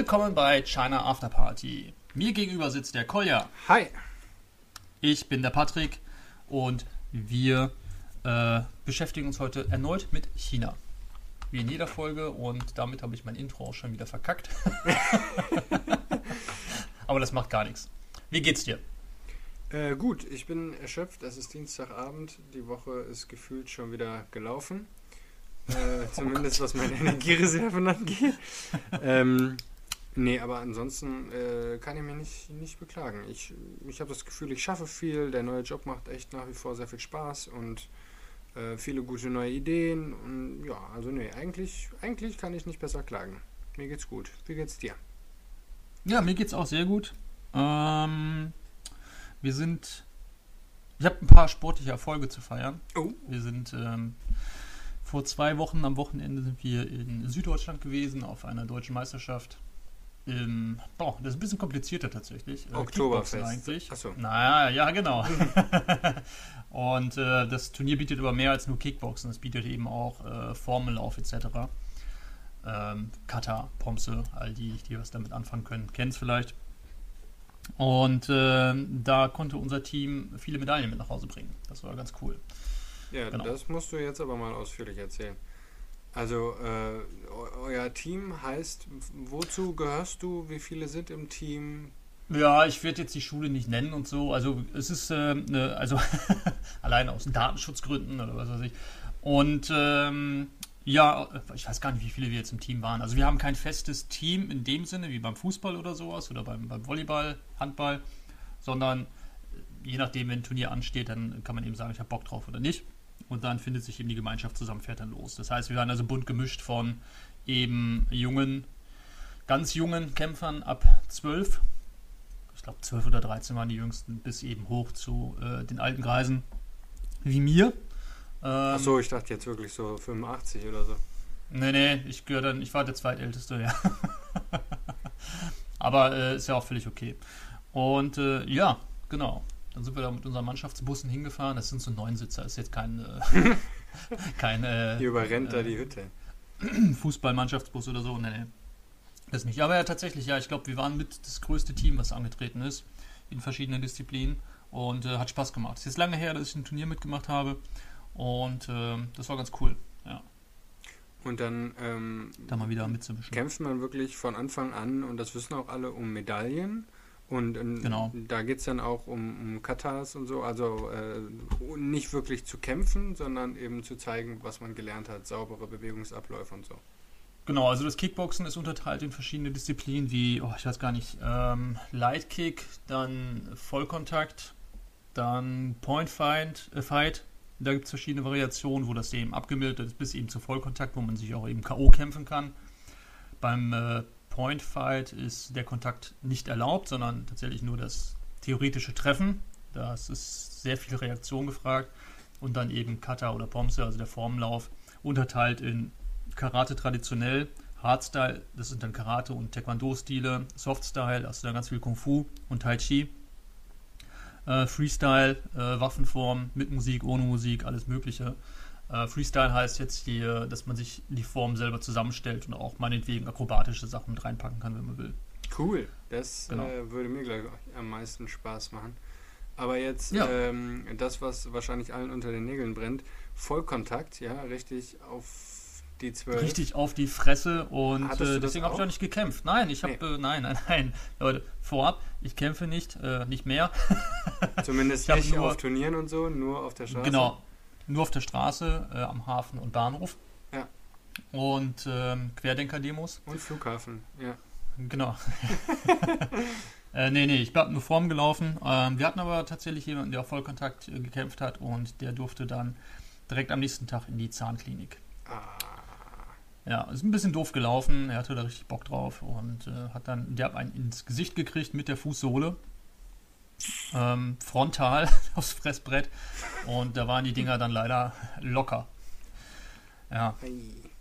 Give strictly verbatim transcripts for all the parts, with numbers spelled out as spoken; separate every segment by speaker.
Speaker 1: Willkommen bei China After Party. Mir gegenüber sitzt der Kolja.
Speaker 2: Hi.
Speaker 1: Ich bin der Patrick und wir äh, beschäftigen uns heute erneut mit China. Wie in jeder Folge, und damit habe ich mein Intro auch schon wieder verkackt. Aber das macht gar nichts. Wie geht's dir?
Speaker 2: Äh, gut, ich bin erschöpft. Es ist Dienstagabend. Die Woche ist gefühlt schon wieder gelaufen. Äh, zumindest
Speaker 1: oh
Speaker 2: was meine Energiereserven angeht. ähm, nee, aber ansonsten äh, kann ich mich nicht, nicht beklagen. Ich, ich habe das Gefühl, ich schaffe viel. Der neue Job macht echt nach wie vor sehr viel Spaß und äh, viele gute neue Ideen. Und ja, also nee, eigentlich, eigentlich kann ich nicht besser klagen. Mir geht's gut. Wie geht's dir?
Speaker 1: Ja, mir geht's auch sehr gut. Ähm, wir sind... Ich habe ein paar sportliche Erfolge zu feiern.
Speaker 2: Oh.
Speaker 1: Wir sind... Ähm, Vor zwei Wochen am Wochenende sind wir in Süddeutschland gewesen, auf einer deutschen Meisterschaft. Im, boah, das ist ein bisschen komplizierter tatsächlich.
Speaker 2: Oktoberfest.
Speaker 1: Eigentlich.
Speaker 2: Achso.
Speaker 1: Naja, ja, genau. Und äh, das Turnier bietet aber mehr als nur Kickboxen. Es bietet eben auch äh, Formellauf et cetera. Ähm, Kata, Pomse, all die, die was damit anfangen können, kennen es vielleicht. Und äh, da konnte unser Team viele Medaillen mit nach Hause bringen. Das war ganz cool.
Speaker 2: Ja, genau. Das musst du jetzt aber mal ausführlich erzählen. Also, äh, euer Team heißt, wozu gehörst du? Wie viele sind im Team?
Speaker 1: Ja, ich werde jetzt die Schule nicht nennen und so. Also, es ist, äh, ne, also, allein aus Datenschutzgründen oder was weiß ich. Und, ähm, ja, ich weiß gar nicht, wie viele wir jetzt im Team waren. Also, wir haben kein festes Team in dem Sinne, wie beim Fußball oder sowas oder beim, beim Volleyball, Handball, sondern je nachdem, wenn ein Turnier ansteht, dann kann man eben sagen, ich habe Bock drauf oder nicht. Und dann findet sich eben die Gemeinschaft zusammen, fährt dann los. Das heißt, wir waren also bunt gemischt von eben jungen, ganz jungen Kämpfern ab zwölf. Ich glaube, zwölf oder dreizehn waren die jüngsten, bis eben hoch zu äh, den alten Greisen wie mir. Ähm,
Speaker 2: Achso, ich dachte jetzt wirklich so fünfundachtzig oder so.
Speaker 1: Nee, nee, ich gehöre dann, ich war der Zweitälteste, ja. Aber äh, ist ja auch völlig okay. Und äh, ja, genau. Dann sind wir da mit unseren Mannschaftsbussen hingefahren. Das sind so Neunsitzer, ist jetzt kein, äh, kein äh,
Speaker 2: Hier überrennt
Speaker 1: äh,
Speaker 2: da die Hütte.
Speaker 1: Fußball-Mannschaftsbus oder so. Nee, nee. Das nicht. Aber ja, tatsächlich, ja, ich glaube, wir waren mit das größte Team, was angetreten ist, in verschiedenen Disziplinen. Und äh, hat Spaß gemacht. Es ist jetzt lange her, dass ich ein Turnier mitgemacht habe. Und äh, das war ganz cool, ja.
Speaker 2: Und dann ähm,
Speaker 1: da mal wieder mitzumischen.
Speaker 2: Kämpft man wirklich von Anfang an, und das wissen auch alle, um Medaillen. Und ähm,
Speaker 1: Genau.
Speaker 2: Da geht es dann auch um, um Katas und so, also äh, nicht wirklich zu kämpfen, sondern eben zu zeigen, was man gelernt hat, saubere Bewegungsabläufe und so.
Speaker 1: Genau, also das Kickboxen ist unterteilt in verschiedene Disziplinen wie, oh, ich weiß gar nicht, ähm, Light Kick, dann Vollkontakt, dann Point Fight, äh, Fight. Da gibt es verschiedene Variationen, wo das eben abgemildert ist, bis eben zu Vollkontakt, wo man sich auch eben K O kämpfen kann. Beim äh, Point Fight ist der Kontakt nicht erlaubt, sondern tatsächlich nur das theoretische Treffen. Das ist sehr viel Reaktion gefragt. Und dann eben Kata oder Pomse, also der Formenlauf, unterteilt in Karate traditionell, Hardstyle, das sind dann Karate- und Taekwondo-Stile, Softstyle, da hast du dann ganz viel Kung Fu und Tai Chi. Äh, Freestyle, äh, Waffenform, mit Musik, ohne Musik, alles Mögliche. Äh, Freestyle heißt jetzt hier, dass man sich die Form selber zusammenstellt und auch meinetwegen akrobatische Sachen mit reinpacken kann, wenn man will.
Speaker 2: Cool, das
Speaker 1: Genau.
Speaker 2: äh, würde mir gleich am meisten Spaß machen. Aber jetzt
Speaker 1: Ja.
Speaker 2: ähm, das, was wahrscheinlich allen unter den Nägeln brennt, Vollkontakt, ja, richtig auf die zwölf.
Speaker 1: Richtig auf die Fresse und
Speaker 2: Hattest du
Speaker 1: äh,
Speaker 2: das
Speaker 1: deswegen habe ich
Speaker 2: auch?
Speaker 1: auch nicht gekämpft. Nein, ich habe,
Speaker 2: Nee.
Speaker 1: äh, nein, nein, nein. Leute, vorab, ich kämpfe nicht, äh, nicht mehr.
Speaker 2: Zumindest
Speaker 1: Ich hab
Speaker 2: nicht
Speaker 1: nur-
Speaker 2: auf Turnieren und so, nur auf der Straße.
Speaker 1: Genau, nur auf der Straße, äh, am Hafen und Bahnhof.
Speaker 2: Ja.
Speaker 1: Und ähm, Querdenker-Demos.
Speaker 2: Und Flughafen, ja.
Speaker 1: Genau. äh, nee, nee, ich bin nur Form gelaufen. Ähm, wir hatten aber tatsächlich jemanden, der auf Vollkontakt äh, gekämpft hat, und der durfte dann direkt am nächsten Tag in die Zahnklinik.
Speaker 2: Ah,
Speaker 1: Ja, ist ein bisschen doof gelaufen. Er hatte da richtig Bock drauf und äh, hat dann derb einen ins Gesicht gekriegt mit der Fußsohle. Ähm, frontal aufs Fressbrett. Und da waren die Dinger dann leider locker. Ja,
Speaker 2: ei.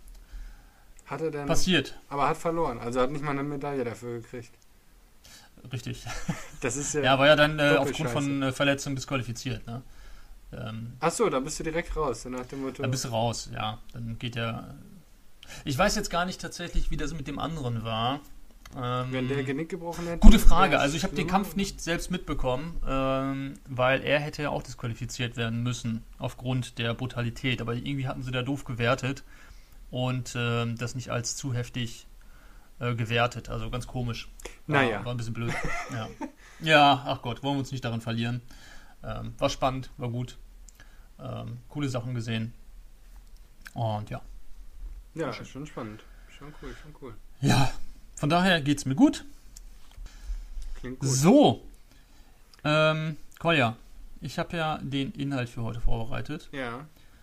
Speaker 2: Hat er denn...
Speaker 1: passiert.
Speaker 2: Aber hat verloren, also hat nicht mal eine Medaille dafür gekriegt.
Speaker 1: Richtig.
Speaker 2: Das ist ja...
Speaker 1: Ja, war ja dann äh,
Speaker 2: Doppelscheiße.
Speaker 1: aufgrund von äh, Verletzung disqualifiziert. Ne? Ähm,
Speaker 2: Achso, da bist du direkt raus, so nach dem Motto...
Speaker 1: Dann bist du raus, ja. Dann geht ja. Ich weiß jetzt gar nicht tatsächlich, wie das mit dem anderen war. Ähm,
Speaker 2: Wenn der Genick gebrochen hätte.
Speaker 1: Gute Frage.
Speaker 2: wär's
Speaker 1: Also ich habe den
Speaker 2: schlimmer,
Speaker 1: Kampf
Speaker 2: oder?
Speaker 1: nicht selbst mitbekommen, ähm, weil er hätte ja auch disqualifiziert werden müssen aufgrund der Brutalität. Aber irgendwie hatten sie da doof gewertet und ähm, das nicht als zu heftig äh, gewertet. Also ganz komisch. War,
Speaker 2: Naja.
Speaker 1: War ein bisschen blöd. Ja. Ja, ach Gott, wollen wir uns nicht daran verlieren. Ähm, war spannend, war gut. Ähm, coole Sachen gesehen. Und ja.
Speaker 2: Ja, ist schon spannend. Schon cool, schon cool.
Speaker 1: Ja, von daher geht's mir gut.
Speaker 2: Klingt gut.
Speaker 1: So. Ähm, Kolja, ich habe ja den Inhalt für heute vorbereitet.
Speaker 2: Ja.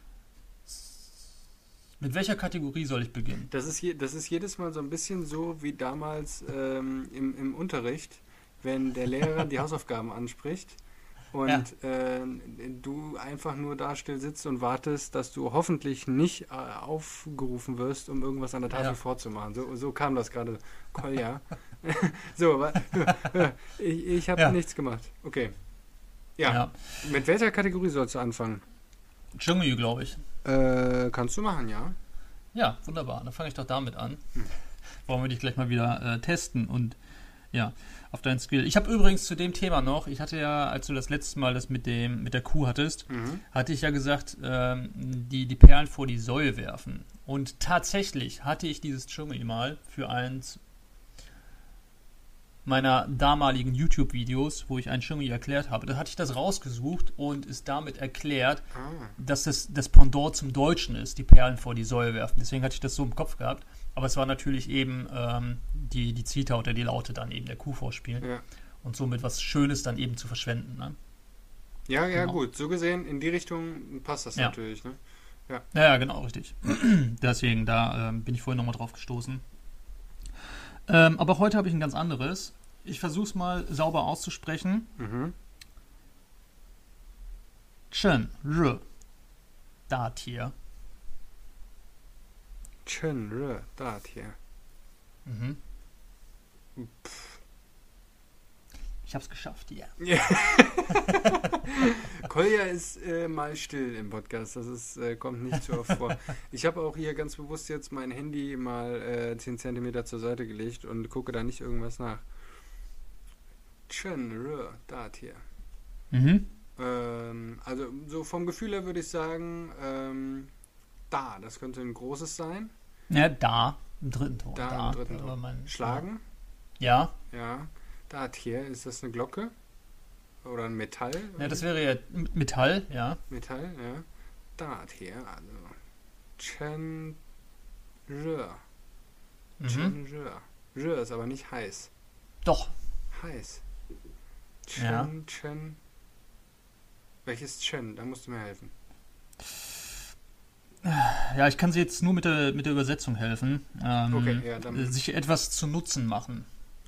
Speaker 1: Mit welcher Kategorie soll ich beginnen?
Speaker 2: Das ist, je, das ist jedes Mal so ein bisschen so wie damals ähm, im, im Unterricht, wenn der Lehrer die Hausaufgaben anspricht und
Speaker 1: Ja.
Speaker 2: äh, du einfach nur da still sitzt und wartest, dass du hoffentlich nicht äh, aufgerufen wirst, um irgendwas an der Tafel
Speaker 1: Ja.
Speaker 2: vorzumachen. So, so kam das gerade. Kolja. so, wa- ich, ich habe
Speaker 1: Ja.
Speaker 2: nichts gemacht. Okay. Ja. Mit welcher Kategorie sollst du anfangen?
Speaker 1: Dschungel, glaube ich.
Speaker 2: Äh, kannst du machen, ja?
Speaker 1: Ja, wunderbar. Dann fange ich doch damit an.
Speaker 2: Hm.
Speaker 1: Wollen wir dich gleich mal wieder äh, testen und ja, auf deinen Skill. Ich habe übrigens zu dem Thema noch, ich hatte ja, als du das letzte Mal das mit dem mit der Kuh hattest,
Speaker 2: Mhm.
Speaker 1: hatte ich ja gesagt, ähm, die, die Perlen vor die Säue werfen. Und tatsächlich hatte ich dieses Dschungel mal für eins meiner damaligen YouTube-Videos, wo ich einen Dschungel erklärt habe. Da hatte ich das rausgesucht und ist damit erklärt,
Speaker 2: Ah.
Speaker 1: dass das das Pendant zum Deutschen ist, die Perlen vor die Säue werfen. Deswegen hatte ich das so im Kopf gehabt. Aber es war natürlich eben ähm, die, die Zita oder die Laute dann eben der Kuh vorspielen.
Speaker 2: Ja.
Speaker 1: Und somit was Schönes dann eben zu verschwenden. Ne?
Speaker 2: Ja, ja,
Speaker 1: Genau.
Speaker 2: gut. So gesehen, in die Richtung passt das
Speaker 1: Ja.
Speaker 2: natürlich. Ne?
Speaker 1: Ja, ja, genau, richtig. Deswegen, da ähm, bin ich vorhin nochmal drauf gestoßen. Ähm, aber heute habe ich ein ganz anderes. Ich versuche es mal sauber auszusprechen.
Speaker 2: Mhm.
Speaker 1: Chen, R, Datier.
Speaker 2: Chen, Re, Dat hier.
Speaker 1: Mhm. Ich habe es geschafft, ja.
Speaker 2: Ja. Kolja ist äh, mal still im Podcast. Das ist, äh, kommt nicht so oft vor. Ich habe auch hier ganz bewusst jetzt mein Handy mal äh, zehn Zentimeter zur Seite gelegt und gucke da nicht irgendwas nach. Chen, Re, Dat hier.
Speaker 1: Mhm.
Speaker 2: Ähm, also so vom Gefühl her würde ich sagen, ähm, da, das könnte ein großes sein.
Speaker 1: Ja, da, im dritten Ton.
Speaker 2: Da, im dritten
Speaker 1: aber
Speaker 2: Ton.
Speaker 1: mein-
Speaker 2: Schlagen,
Speaker 1: Ja,
Speaker 2: ja. Da, hier, ist das eine Glocke? Oder ein Metall?
Speaker 1: ja, das wäre ja Metall, ja.
Speaker 2: Metall, ja. Da, hier, also. Chen, Re.
Speaker 1: Mhm.
Speaker 2: Chen, Re. Re ist aber nicht heiß.
Speaker 1: Doch,
Speaker 2: Heiß. Chen,
Speaker 1: Ja.
Speaker 2: Chen. Welches Chen? Da musst du mir helfen.
Speaker 1: ja, ich kann sie jetzt nur mit der, mit der Übersetzung helfen. Ähm,
Speaker 2: Okay, ja, dann-
Speaker 1: äh, Sich etwas zu Nutzen machen.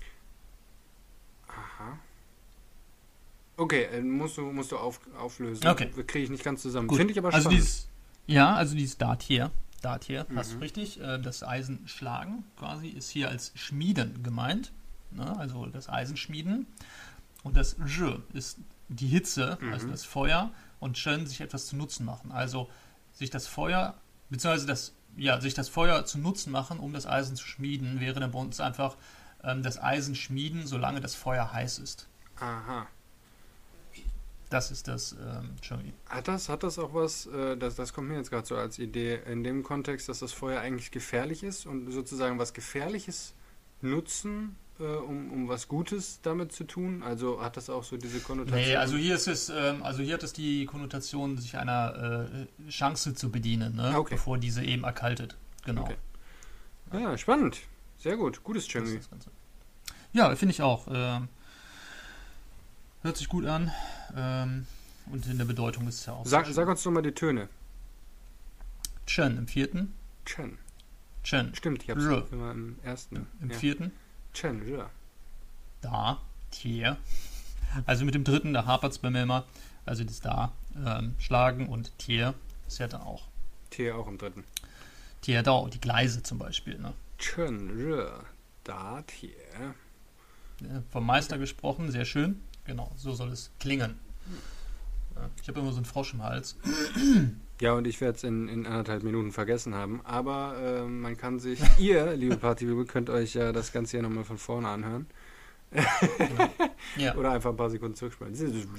Speaker 2: Aha. Okay, äh, musst du, musst du auf, auflösen.
Speaker 1: Okay.
Speaker 2: Kriege ich nicht ganz zusammen.
Speaker 1: Gut.
Speaker 2: Finde ich aber
Speaker 1: also
Speaker 2: spannend.
Speaker 1: dieses, ja, also dieses Dart hier, Dart hier, hast du
Speaker 2: Mhm.
Speaker 1: richtig. Äh, das Eisenschlagen quasi ist hier als Schmieden gemeint. Ne? Also das Eisenschmieden. Und das J ist die Hitze,
Speaker 2: Mhm.
Speaker 1: also das Feuer. Und Chen sich etwas zu Nutzen machen. Also sich das Feuer, beziehungsweise das, ja, sich das Feuer zu Nutzen machen, um das Eisen zu schmieden, wäre dann bei uns einfach ähm, das Eisen schmieden, solange das Feuer heiß ist.
Speaker 2: Aha.
Speaker 1: Das ist das ähm, Chen.
Speaker 2: Hat das, hat das auch was, äh, das, das kommt mir jetzt gerade so als Idee, in dem Kontext, dass das Feuer eigentlich gefährlich ist und sozusagen was Gefährliches nutzen, äh, um, um was Gutes damit zu tun? Also hat das auch so diese Konnotation?
Speaker 1: Nee, also hier ist es, ähm, also hier hat es die Konnotation, sich einer äh, Chance zu bedienen, ne?
Speaker 2: Okay.
Speaker 1: Bevor diese eben erkaltet. Genau.
Speaker 2: Okay. Ja, spannend. Sehr gut. Gutes
Speaker 1: Das ist
Speaker 2: Chengui.
Speaker 1: das Ganze. Ja, finde ich auch. Ähm, hört sich gut an. Ähm, und in der Bedeutung ist es ja auch.
Speaker 2: Sag,
Speaker 1: sehr
Speaker 2: sag
Speaker 1: schön.
Speaker 2: uns doch mal die Töne.
Speaker 1: Chen im vierten.
Speaker 2: Chen.
Speaker 1: Chen
Speaker 2: Stimmt, ich hab's
Speaker 1: R.
Speaker 2: immer im ersten.
Speaker 1: im
Speaker 2: ja.
Speaker 1: vierten.
Speaker 2: Chen, R.
Speaker 1: Da. Tier. Also mit dem dritten, da hapert es bei mir immer. Also das da. Ähm, schlagen und Tier ist ja dann auch.
Speaker 2: T auch im dritten.
Speaker 1: Tier da, die Gleise zum Beispiel, ne?
Speaker 2: Chen, R. Da, T.
Speaker 1: Ja, vom Meister gesprochen, sehr schön. Genau, so soll es klingen. Ja, ich habe immer so einen Frosch im Hals.
Speaker 2: Ja, und ich werde es in, in anderthalb Minuten vergessen haben. Aber äh, man kann sich, ihr, liebe Partyliebe, könnt euch ja das Ganze hier nochmal von vorne anhören.
Speaker 1: Genau. Ja,
Speaker 2: Oder einfach ein paar Sekunden zurückspielen.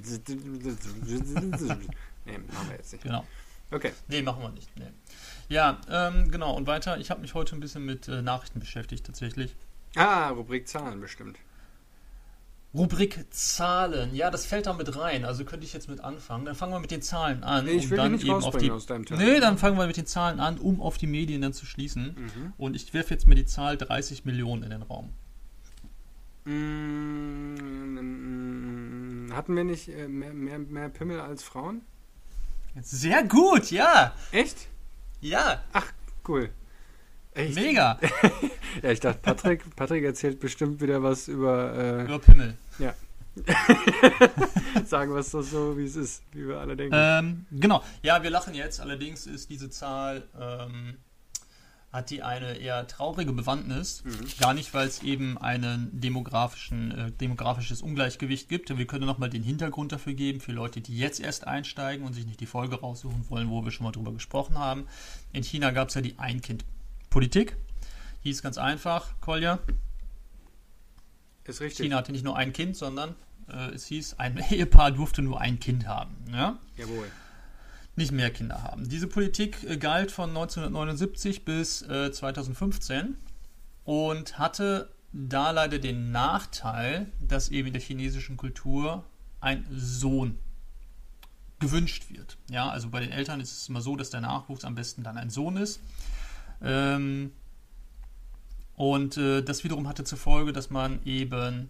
Speaker 2: Nee, machen wir jetzt nicht.
Speaker 1: genau.
Speaker 2: Okay.
Speaker 1: Nee, machen wir nicht. Nee. Ja, ähm, genau. Und weiter, ich habe mich heute ein bisschen mit äh, Nachrichten beschäftigt, tatsächlich.
Speaker 2: Ah, Rubrik Zahlen bestimmt.
Speaker 1: Rubrik Zahlen. Ja, das fällt da mit rein. Also könnte ich jetzt mit anfangen. Dann fangen wir mit den Zahlen an.
Speaker 2: Nee, ich
Speaker 1: um
Speaker 2: will
Speaker 1: dann
Speaker 2: dich nicht
Speaker 1: eben auf
Speaker 2: rausbringen
Speaker 1: die.
Speaker 2: aus deinem Teil.
Speaker 1: Nee, dann fangen wir mit den Zahlen an, um auf die Medien dann zu schließen.
Speaker 2: Mhm.
Speaker 1: Und ich werfe jetzt mal die Zahl dreißig Millionen in den Raum.
Speaker 2: Mm, hatten wir nicht äh, mehr, mehr, mehr Pimmel als Frauen?
Speaker 1: Sehr gut, ja.
Speaker 2: Echt?
Speaker 1: Ja.
Speaker 2: Ach, cool. Echt?
Speaker 1: Mega.
Speaker 2: Ja, ich dachte, Patrick, Patrick erzählt bestimmt wieder was über... Äh,
Speaker 1: Über Pimmel.
Speaker 2: Ja. Sagen wir es doch so, wie es ist, wie wir alle denken.
Speaker 1: Ähm, genau. Ja, wir lachen jetzt. Allerdings ist diese Zahl, ähm, hat die eine eher traurige Bewandtnis.
Speaker 2: Mhm.
Speaker 1: Gar nicht, weil es eben ein demografischen, äh, demografisches Ungleichgewicht gibt. Wir können nochmal den Hintergrund dafür geben, für Leute, die jetzt erst einsteigen und sich nicht die Folge raussuchen wollen, wo wir schon mal drüber gesprochen haben. In China gab es ja die Ein-Kind-Politik. Hieß ganz einfach, Kolja.
Speaker 2: Ist richtig.
Speaker 1: China hatte nicht nur ein Kind, sondern äh, es hieß, ein Ehepaar durfte nur ein Kind haben. Ja?
Speaker 2: Jawohl.
Speaker 1: Nicht mehr Kinder haben. Diese Politik äh, galt von neunzehnhundertneunundsiebzig bis äh, zweitausendfünfzehn und hatte da leider den Nachteil, dass eben in der chinesischen Kultur ein Sohn gewünscht wird. Ja, also bei den Eltern ist es immer so, dass der Nachwuchs am besten dann ein Sohn ist. Ähm, und äh, das wiederum hatte zur Folge, dass man eben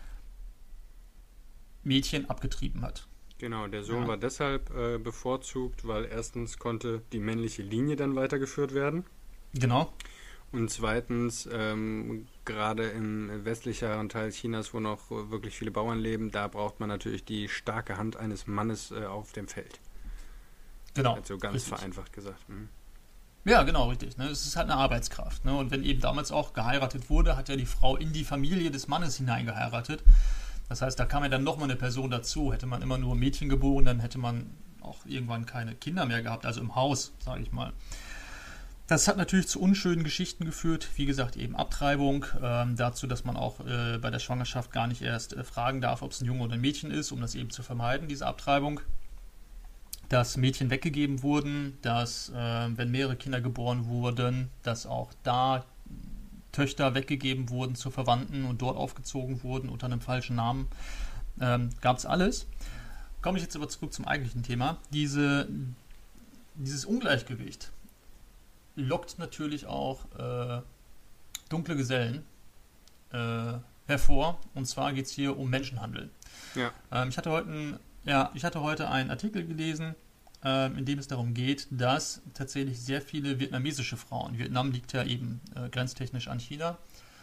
Speaker 1: Mädchen abgetrieben hat.
Speaker 2: Genau, der Sohn
Speaker 1: Ja.
Speaker 2: war deshalb äh, bevorzugt, weil erstens konnte die männliche Linie dann weitergeführt werden
Speaker 1: Genau.
Speaker 2: und zweitens, ähm, gerade im westlicheren Teil Chinas, wo noch äh, wirklich viele Bauern leben, da braucht man natürlich die starke Hand eines Mannes äh, auf dem Feld.
Speaker 1: Genau.
Speaker 2: Also ganz
Speaker 1: Richtig.
Speaker 2: vereinfacht gesagt. Mhm.
Speaker 1: Ja, genau, richtig. Ne? Es ist halt eine Arbeitskraft. Ne? Und wenn eben damals auch geheiratet wurde, hat ja die Frau in die Familie des Mannes hineingeheiratet. Das heißt, da kam ja dann nochmal eine Person dazu. Hätte man immer nur Mädchen geboren, dann hätte man auch irgendwann keine Kinder mehr gehabt, also im Haus, sage ich mal. Das hat natürlich zu unschönen Geschichten geführt. Wie gesagt, eben Abtreibung. Ähm, dazu, dass man auch äh, bei der Schwangerschaft gar nicht erst äh, fragen darf, ob es ein Junge oder ein Mädchen ist, um das eben zu vermeiden, diese Abtreibung. Dass Mädchen weggegeben wurden, dass, äh, wenn mehrere Kinder geboren wurden, dass auch da Töchter weggegeben wurden zu Verwandten und dort aufgezogen wurden unter einem falschen Namen. Ähm, Gab es alles. Komme ich jetzt aber zurück zum eigentlichen Thema. Diese, dieses Ungleichgewicht lockt natürlich auch äh, dunkle Gesellen äh, hervor. Und zwar geht es hier um Menschenhandel.
Speaker 2: Ja.
Speaker 1: Ähm, ich hatte heute ein Ja, ich hatte heute einen Artikel gelesen, ähm, in dem es darum geht, dass tatsächlich sehr viele vietnamesische Frauen, Vietnam liegt ja eben äh, grenztechnisch an China,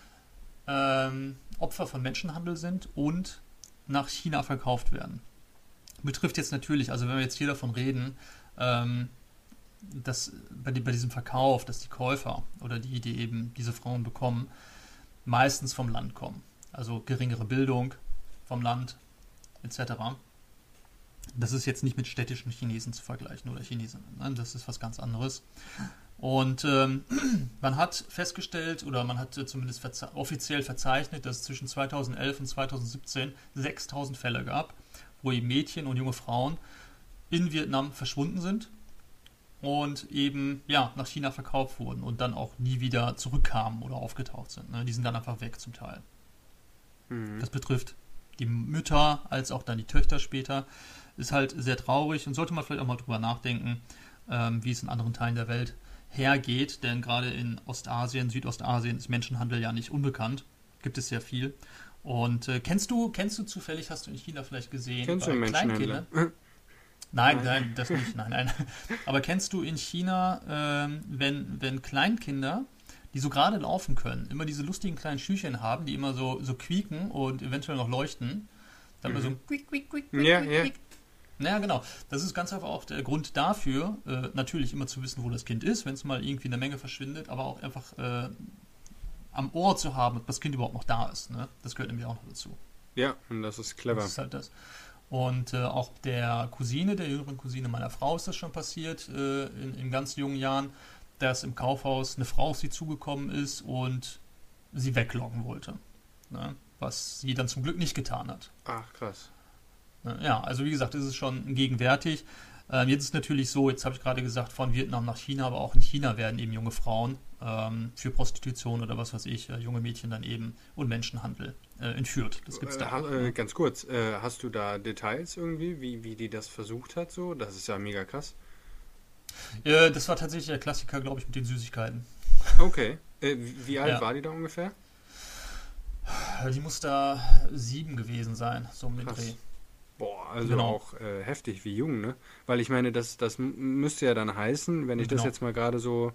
Speaker 1: ähm, Opfer von Menschenhandel sind und nach China verkauft werden. Betrifft jetzt natürlich, also wenn wir jetzt hier davon reden, ähm, dass bei, die, bei diesem Verkauf, dass die Käufer oder die, die eben diese Frauen bekommen, meistens vom Land kommen. Also geringere Bildung vom Land et cetera. Das ist jetzt nicht mit städtischen Chinesen zu vergleichen oder Chinesinnen. Ne? Das ist was ganz anderes. Und ähm, man hat festgestellt, oder man hat zumindest verze- offiziell verzeichnet, dass es zwischen zweitausendelf und zweitausendsiebzehn sechstausend Fälle gab, wo eben Mädchen und junge Frauen in Vietnam verschwunden sind und eben ja, nach China verkauft wurden und dann auch nie wieder zurückkamen oder aufgetaucht sind. Ne? Die sind dann einfach weg zum Teil.
Speaker 2: Mhm.
Speaker 1: Das betrifft die Mütter als auch dann die Töchter später. Ist halt sehr traurig und sollte man vielleicht auch mal drüber nachdenken, ähm, wie es in anderen Teilen der Welt hergeht, denn gerade in Ostasien, Südostasien ist Menschenhandel ja nicht unbekannt, gibt es sehr viel. Und äh, kennst du, kennst du zufällig, hast du in China vielleicht gesehen,
Speaker 2: Kennst du einen Menschenhändler?
Speaker 1: Nein,
Speaker 2: Nein.
Speaker 1: nein, das nicht, nein, nein. Aber kennst du in China, ähm, wenn, wenn Kleinkinder, die so gerade laufen können, immer diese lustigen kleinen Schüchchen haben, die immer so, so quieken und eventuell noch leuchten, dann
Speaker 2: Mhm.
Speaker 1: immer so ein quiek, quiek, quiek, quiek,
Speaker 2: Ja,
Speaker 1: quiek,
Speaker 2: ja.
Speaker 1: quiek. Naja, genau. Das ist ganz einfach auch der Grund dafür, äh, natürlich immer zu wissen, wo das Kind ist, wenn es mal irgendwie in der Menge verschwindet, aber auch einfach äh, am Ohr zu haben, ob das Kind überhaupt noch da ist. Ne? Das gehört nämlich auch noch dazu.
Speaker 2: Ja, und das ist clever.
Speaker 1: Das ist halt das. Und äh, auch der Cousine, der jüngeren Cousine meiner Frau ist das schon passiert, äh, in, in ganz jungen Jahren, dass im Kaufhaus eine Frau auf sie zugekommen ist und sie weglocken wollte. Ne? Was sie dann zum Glück nicht getan hat.
Speaker 2: Ach, krass.
Speaker 1: Ne? Ja, also wie gesagt, das ist schon gegenwärtig. Ähm, jetzt ist natürlich so, jetzt habe ich gerade gesagt, von Vietnam nach China, aber auch in China werden eben junge Frauen ähm, für Prostitution oder was weiß ich, äh, junge Mädchen dann eben und Menschenhandel äh, entführt. Das gibt's da.
Speaker 2: Äh, ha- äh, ganz kurz, äh, hast du da Details irgendwie, wie, wie die das versucht hat? So, das ist ja mega krass.
Speaker 1: Äh, das war tatsächlich der Klassiker, glaube ich, mit den Süßigkeiten.
Speaker 2: Okay. Äh, wie, wie alt
Speaker 1: Ja.
Speaker 2: war die da ungefähr?
Speaker 1: Die muss da sieben gewesen sein, so um den
Speaker 2: Krass.
Speaker 1: Dreh.
Speaker 2: Boah, also
Speaker 1: Genau.
Speaker 2: auch äh, heftig, wie jung, ne? Weil ich meine, das, das m- müsste ja dann heißen, wenn ich das
Speaker 1: Genau.
Speaker 2: jetzt mal gerade so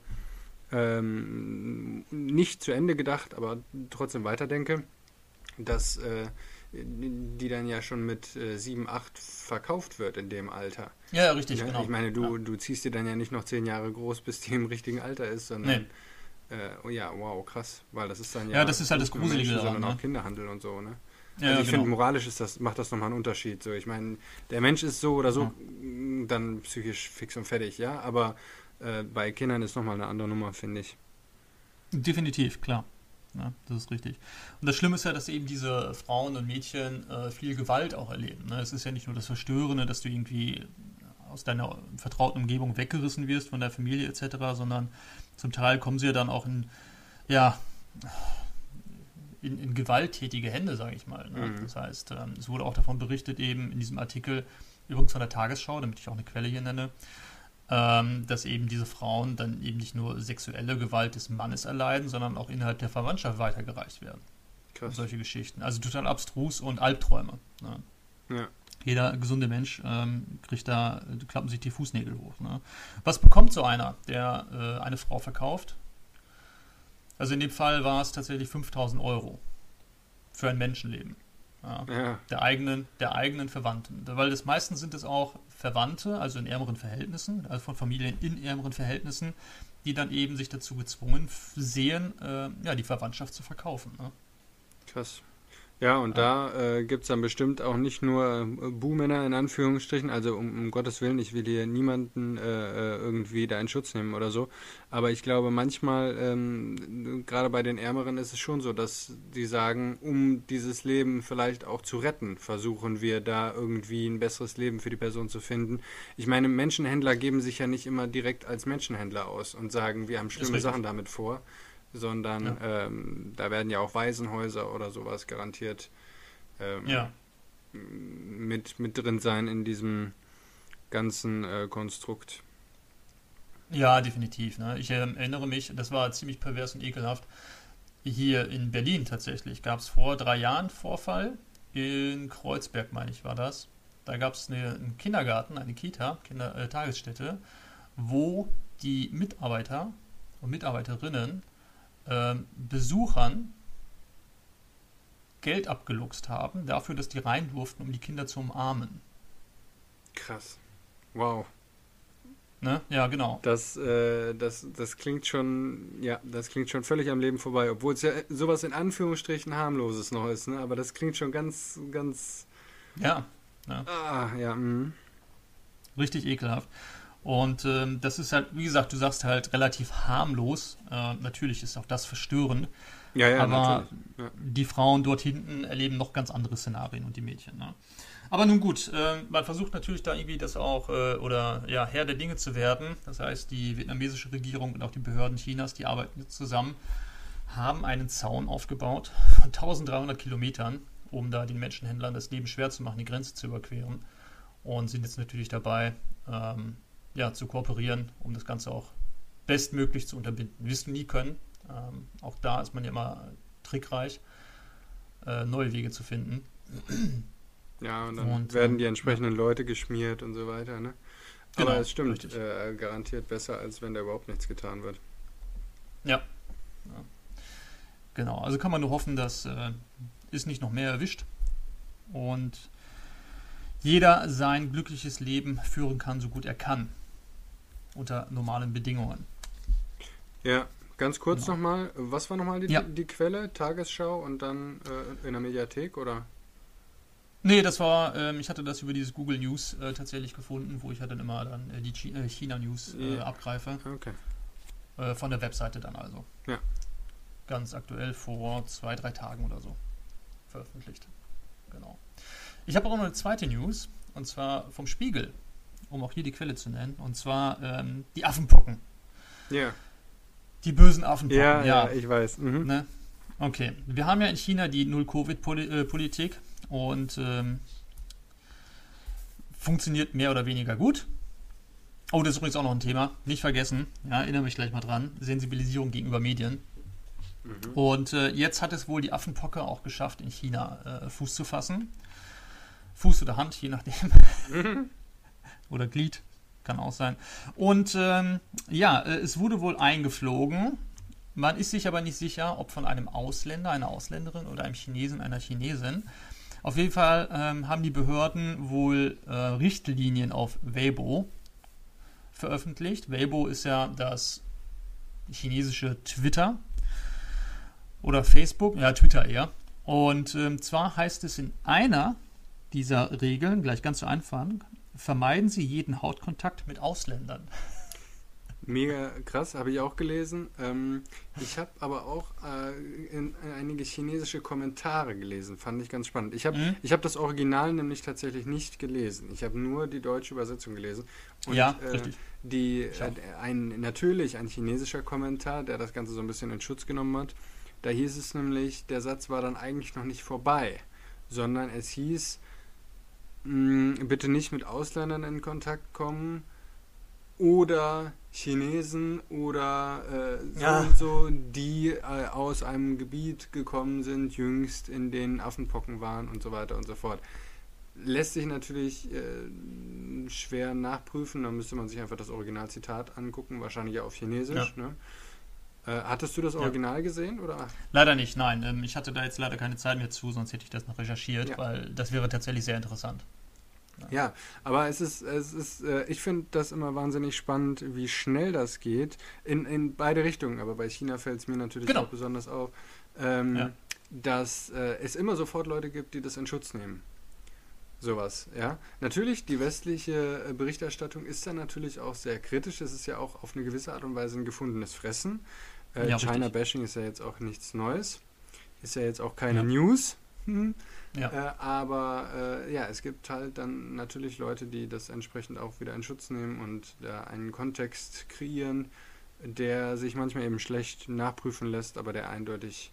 Speaker 2: ähm, nicht zu Ende gedacht, aber trotzdem weiterdenke, dass äh, die dann ja schon mit äh, sieben, acht verkauft wird in dem Alter.
Speaker 1: Ja, ja, richtig,
Speaker 2: Ja,
Speaker 1: genau.
Speaker 2: ich meine, du,
Speaker 1: Ja.
Speaker 2: du ziehst dir dann ja nicht noch zehn Jahre groß, bis die im richtigen Alter ist, sondern äh, oh ja, wow, krass, weil das ist dann ja,
Speaker 1: Ja, das ist halt das
Speaker 2: nicht nur
Speaker 1: Gruselige
Speaker 2: Menschen,
Speaker 1: daran,
Speaker 2: sondern
Speaker 1: ne?
Speaker 2: auch Kinderhandel und so, ne?
Speaker 1: Ja,
Speaker 2: Also ich
Speaker 1: genau.
Speaker 2: finde, moralisch ist das, macht das nochmal einen Unterschied. So, ich meine, der Mensch ist so oder so
Speaker 1: Ja.
Speaker 2: mh, dann psychisch fix und fertig, ja, aber äh, bei Kindern ist nochmal eine andere Nummer, finde ich.
Speaker 1: Definitiv, klar. Ja, das ist richtig. Und das Schlimme ist ja, dass eben diese Frauen und Mädchen äh, viel Gewalt auch erleben. Ne? Es ist ja nicht nur das Verstörende, dass du irgendwie aus deiner vertrauten Umgebung weggerissen wirst von der Familie et cetera, sondern zum Teil kommen sie ja dann auch in, ja, in, in gewalttätige Hände, sage ich mal. Ne?
Speaker 2: Mhm.
Speaker 1: Das heißt, ähm, es wurde auch davon berichtet, eben in diesem Artikel, übrigens von der Tagesschau, damit ich auch eine Quelle hier nenne, ähm, dass eben diese Frauen dann eben nicht nur sexuelle Gewalt des Mannes erleiden, sondern auch innerhalb der Verwandtschaft weitergereicht werden. Und
Speaker 2: Krass.
Speaker 1: solche Geschichten. Also total abstrus und Albträume. Ne?
Speaker 2: Ja.
Speaker 1: Jeder gesunde Mensch ähm, kriegt da, klappen sich die Fußnägel hoch. Ne? Was bekommt so einer, der äh, eine Frau verkauft? Also in dem Fall war es tatsächlich fünftausend Euro für ein Menschenleben. Ja.
Speaker 2: Ja,
Speaker 1: Der eigenen, der eigenen Verwandten. Weil das meistens sind es auch Verwandte, also in ärmeren Verhältnissen, also von Familien in ärmeren Verhältnissen, die dann eben sich dazu gezwungen f- sehen, äh, ja, die Verwandtschaft zu verkaufen. Ne?
Speaker 2: krass. Ja, und da äh, gibt es dann bestimmt auch nicht nur äh, Buhmänner in Anführungsstrichen, also um, um Gottes Willen, ich will hier niemanden äh, äh, irgendwie da in Schutz nehmen oder so, aber ich glaube manchmal, ähm, gerade bei den Ärmeren ist es schon so, dass die sagen, um dieses Leben vielleicht auch zu retten, versuchen wir da irgendwie ein besseres Leben für die Person zu finden. Ich meine, Menschenhändler geben sich ja nicht immer direkt als Menschenhändler aus und sagen, wir haben schlimme
Speaker 1: richtig.
Speaker 2: Sachen damit vor, sondern
Speaker 1: Ja.
Speaker 2: ähm, da werden ja auch Waisenhäuser oder sowas garantiert ähm,
Speaker 1: Ja,
Speaker 2: mit, mit drin sein in diesem ganzen äh, Konstrukt.
Speaker 1: ja, definitiv. Ne? Ich ähm, erinnere mich, das war ziemlich pervers und ekelhaft. Hier in Berlin tatsächlich gab es vor drei Jahren einen Vorfall. In Kreuzberg, meine ich, war das. Da gab es eine, einen Kindergarten, eine Kita, Kinder, äh, Tagesstätte, wo die Mitarbeiter und Mitarbeiterinnen ähm, Besuchern Geld abgeluchst haben, dafür, dass die rein durften, um die Kinder zu umarmen.
Speaker 2: Krass. Wow.
Speaker 1: Ne? Ja, genau.
Speaker 2: Das, äh, das, das klingt schon, ja, das klingt schon völlig am Leben vorbei, obwohl es ja sowas in Anführungsstrichen harmloses noch ist, ne? Aber das klingt schon ganz, ganz,
Speaker 1: Ja, ne?
Speaker 2: ah, ja, mh.
Speaker 1: Richtig ekelhaft. Und ähm, das ist halt, wie gesagt, du sagst halt relativ harmlos. Äh, natürlich ist auch das verstörend.
Speaker 2: Ja, ja,
Speaker 1: aber
Speaker 2: natürlich. Ja.
Speaker 1: die Frauen dort hinten erleben noch ganz andere Szenarien und die Mädchen. Ne? Aber nun gut, äh, man versucht natürlich da irgendwie das auch, äh, oder ja, Herr der Dinge zu werden. Das heißt, die vietnamesische Regierung und auch die Behörden Chinas, die arbeiten jetzt zusammen, haben einen Zaun aufgebaut von eintausenddreihundert Kilometern, um da den Menschenhändlern das Leben schwer zu machen, die Grenze zu überqueren. Und sind jetzt natürlich dabei, ähm, ja, zu kooperieren, um das Ganze auch bestmöglich zu unterbinden. Wirst du nie können. Ähm, auch da ist man ja immer trickreich, äh, neue Wege zu finden.
Speaker 2: Ja, und dann
Speaker 1: Und,
Speaker 2: werden
Speaker 1: ähm,
Speaker 2: die entsprechenden Leute geschmiert und so weiter, ne?
Speaker 1: Genau,
Speaker 2: Aber es stimmt,
Speaker 1: richtig.
Speaker 2: äh, garantiert besser, als wenn da überhaupt nichts getan wird.
Speaker 1: Ja. ja. Genau, also kann man nur hoffen, dass äh, es nicht noch mehr erwischt und jeder sein glückliches Leben führen kann, so gut er kann. Unter normalen Bedingungen.
Speaker 2: Ja, ganz kurz
Speaker 1: Genau.
Speaker 2: nochmal, was war nochmal die,
Speaker 1: Ja.
Speaker 2: die Quelle? Tagesschau und dann äh, in der Mediathek, oder?
Speaker 1: Nee, das war, ähm, ich hatte das über dieses Google News äh, tatsächlich gefunden, wo ich ja dann immer dann äh, die Chi- äh, China-News äh,
Speaker 2: Ja.
Speaker 1: abgreife.
Speaker 2: Okay.
Speaker 1: Äh, von der Webseite dann also.
Speaker 2: Ja.
Speaker 1: Ganz aktuell vor zwei, drei Tagen oder so veröffentlicht. Genau. Ich habe auch noch eine zweite News, und zwar vom Spiegel, um auch hier die Quelle zu nennen, und zwar ähm, die Affenpocken.
Speaker 2: Ja.
Speaker 1: Die bösen Affenpocken,
Speaker 2: Ja,
Speaker 1: ja.
Speaker 2: ja, ich weiß. Mhm.
Speaker 1: Ne? Okay, wir haben ja in China die Null-Covid-Politik und ähm, funktioniert mehr oder weniger gut. Oh, das ist übrigens auch noch ein Thema, nicht vergessen, ja, erinnere mich gleich mal dran, Sensibilisierung gegenüber Medien.
Speaker 2: Mhm.
Speaker 1: Und äh, jetzt hat es wohl die Affenpocke auch geschafft, in China äh, Fuß zu fassen. Fuß oder Hand, je nachdem.
Speaker 2: Mhm.
Speaker 1: Oder Glied, kann auch sein. Und ähm, ja, äh, es wurde wohl eingeflogen. Man ist sich aber nicht sicher, ob von einem Ausländer, einer Ausländerin oder einem Chinesen, einer Chinesin. Auf jeden Fall ähm, haben die Behörden wohl äh, Richtlinien auf Weibo veröffentlicht. Weibo ist ja das chinesische Twitter oder Facebook, ja Twitter eher. Und ähm, zwar heißt es in einer dieser Regeln, gleich ganz zu Anfang, vermeiden Sie jeden Hautkontakt mit Ausländern.
Speaker 2: Mega krass, habe ich auch gelesen. Ähm, ich habe aber auch äh, in, in einige chinesische Kommentare gelesen, fand ich ganz spannend. Ich habe
Speaker 1: Mhm.
Speaker 2: ich hab das Original nämlich tatsächlich nicht gelesen. Ich habe nur die deutsche Übersetzung gelesen. Und,
Speaker 1: Ja,
Speaker 2: äh,
Speaker 1: richtig.
Speaker 2: Die,
Speaker 1: Ich auch.
Speaker 2: äh, ein, natürlich ein chinesischer Kommentar, der das Ganze so ein bisschen in Schutz genommen hat. Da hieß es nämlich, der Satz war dann eigentlich noch nicht vorbei, sondern es hieß, mh, bitte nicht mit Ausländern in Kontakt kommen oder Chinesen oder äh, so
Speaker 1: Ja.
Speaker 2: und so, die äh, aus einem Gebiet gekommen sind, jüngst in denen Affenpocken waren und so weiter und so fort. Lässt sich natürlich äh, schwer nachprüfen, da müsste man sich einfach das Originalzitat angucken, wahrscheinlich ja auf Chinesisch. Ne? Äh, hattest du das
Speaker 1: Ja.
Speaker 2: Original gesehen? Oder?
Speaker 1: Leider nicht, nein. Ähm, ich hatte da jetzt leider keine Zeit mehr zu, sonst hätte ich das noch recherchiert,
Speaker 2: Ja.
Speaker 1: weil das wäre tatsächlich sehr interessant.
Speaker 2: Ja, aber es ist, es ist, äh, ich finde das immer wahnsinnig spannend, wie schnell das geht, in, in beide Richtungen, aber bei China fällt es mir natürlich
Speaker 1: Genau.
Speaker 2: auch besonders auf, ähm,
Speaker 1: Ja.
Speaker 2: dass äh, es immer sofort Leute gibt, die das in Schutz nehmen. Sowas, ja. Natürlich, die westliche äh, Berichterstattung ist da natürlich auch sehr kritisch, es ist ja auch auf eine gewisse Art und Weise ein gefundenes Fressen. Äh,
Speaker 1: Ja, richtig.
Speaker 2: China-Bashing ist ja jetzt auch nichts Neues, ist ja jetzt auch keine
Speaker 1: Ja.
Speaker 2: News. Hm.
Speaker 1: Ja.
Speaker 2: Äh, aber äh, ja, es gibt halt dann natürlich Leute, die das entsprechend auch wieder in Schutz nehmen und da einen Kontext kreieren, der sich manchmal eben schlecht nachprüfen lässt, aber der eindeutig